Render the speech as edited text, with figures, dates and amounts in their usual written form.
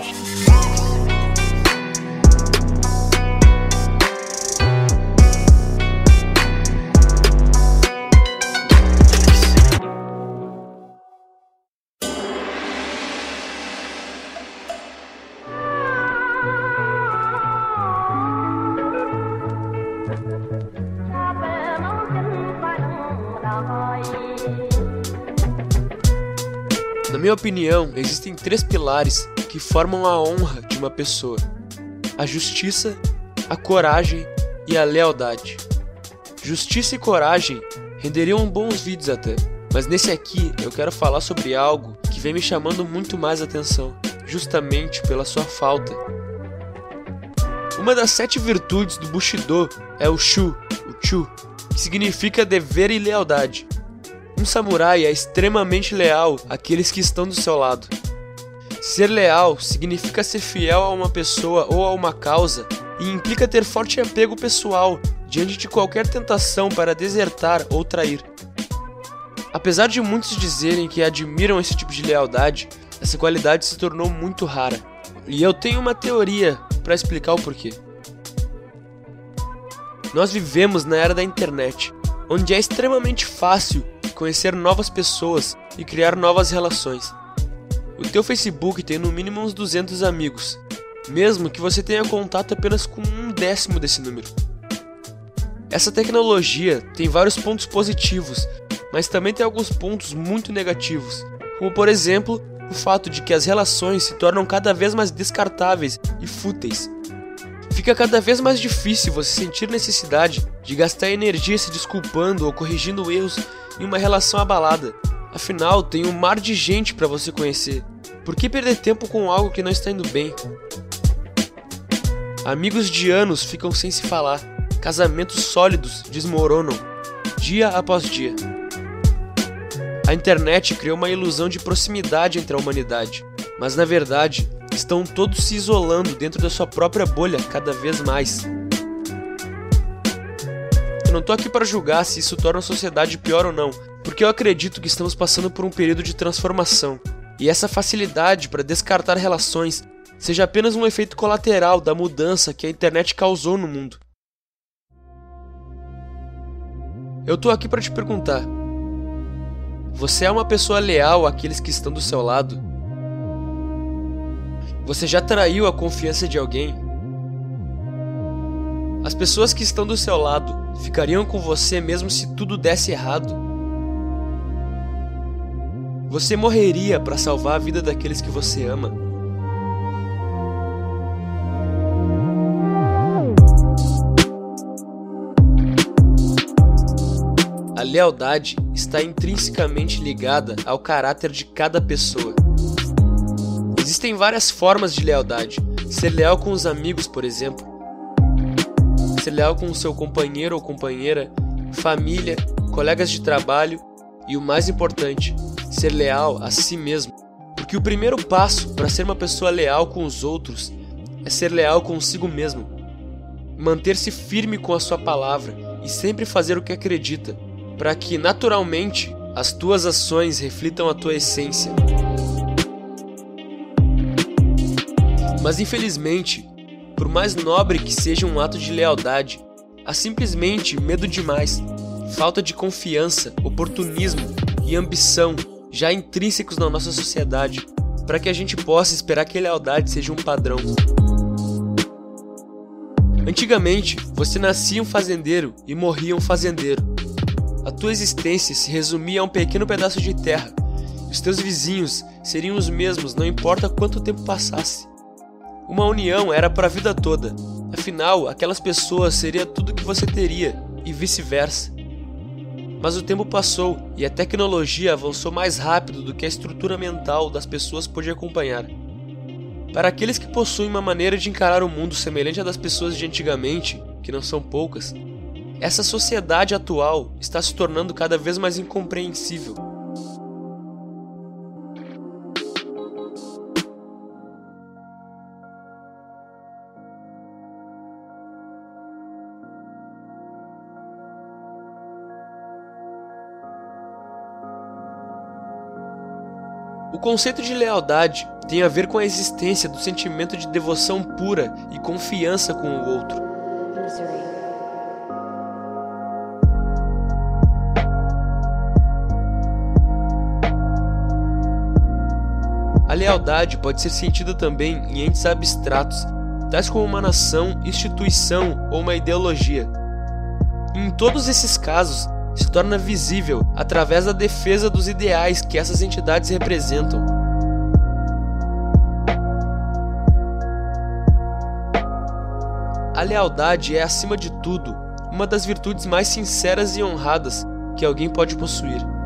Na minha opinião, existem 3 pilares que formam a honra de uma pessoa: a justiça, a coragem e a lealdade. Justiça e coragem renderiam bons vídeos até, mas nesse aqui eu quero falar sobre algo que vem me chamando muito mais atenção, justamente pela sua falta. Uma das 7 virtudes do Bushido é o Chu, que significa dever e lealdade. Um samurai é extremamente leal àqueles que estão do seu lado. Ser leal significa ser fiel a uma pessoa ou a uma causa e implica ter forte apego pessoal diante de qualquer tentação para desertar ou trair. Apesar de muitos dizerem que admiram esse tipo de lealdade, essa qualidade se tornou muito rara. E eu tenho uma teoria para explicar o porquê. Nós vivemos na era da internet, onde é extremamente fácil conhecer novas pessoas e criar novas relações. O teu Facebook tem no mínimo uns 200 amigos, mesmo que você tenha contato apenas com 1/10 desse número. Essa tecnologia tem vários pontos positivos, mas também tem alguns pontos muito negativos, como por exemplo, o fato de que as relações se tornam cada vez mais descartáveis e fúteis. Fica cada vez mais difícil você sentir necessidade de gastar energia se desculpando ou corrigindo erros em uma relação abalada. Afinal, tem um mar de gente para você conhecer. Por que perder tempo com algo que não está indo bem? Amigos de anos ficam sem se falar. Casamentos sólidos desmoronam, dia após dia. A internet criou uma ilusão de proximidade entre a humanidade, mas na verdade, estão todos se isolando dentro da sua própria bolha cada vez mais. Eu não tô aqui para julgar se isso torna a sociedade pior ou não, porque eu acredito que estamos passando por um período de transformação, e essa facilidade para descartar relações seja apenas um efeito colateral da mudança que a internet causou no mundo. Eu tô aqui para te perguntar: você é uma pessoa leal àqueles que estão do seu lado? Você já traiu a confiança de alguém? As pessoas que estão do seu lado ficariam com você mesmo se tudo desse errado? Você morreria para salvar a vida daqueles que você ama? A lealdade está intrinsecamente ligada ao caráter de cada pessoa. Existem várias formas de lealdade. Ser leal com os amigos, por exemplo. Ser leal com o seu companheiro ou companheira, família, colegas de trabalho e, o mais importante, ser leal a si mesmo. Porque o primeiro passo para ser uma pessoa leal com os outros é ser leal consigo mesmo. Manter-se firme com a sua palavra e sempre fazer o que acredita, para que, naturalmente, as tuas ações reflitam a tua essência. Mas infelizmente, por mais nobre que seja um ato de lealdade, há simplesmente medo demais, falta de confiança, oportunismo e ambição já intrínsecos na nossa sociedade, para que a gente possa esperar que a lealdade seja um padrão. Antigamente, você nascia um fazendeiro e morria um fazendeiro. A tua existência se resumia a um pequeno pedaço de terra, e os teus vizinhos seriam os mesmos, não importa quanto tempo passasse. Uma união era para a vida toda, afinal, aquelas pessoas seria tudo que você teria, e vice-versa. Mas o tempo passou e a tecnologia avançou mais rápido do que a estrutura mental das pessoas pôde acompanhar. Para aqueles que possuem uma maneira de encarar o mundo semelhante à das pessoas de antigamente, que não são poucas, essa sociedade atual está se tornando cada vez mais incompreensível. O conceito de lealdade tem a ver com a existência do sentimento de devoção pura e confiança com o outro. A lealdade pode ser sentida também em entes abstratos, tais como uma nação, instituição ou uma ideologia. Em todos esses casos, se torna visível através da defesa dos ideais que essas entidades representam. A lealdade é, acima de tudo, uma das virtudes mais sinceras e honradas que alguém pode possuir.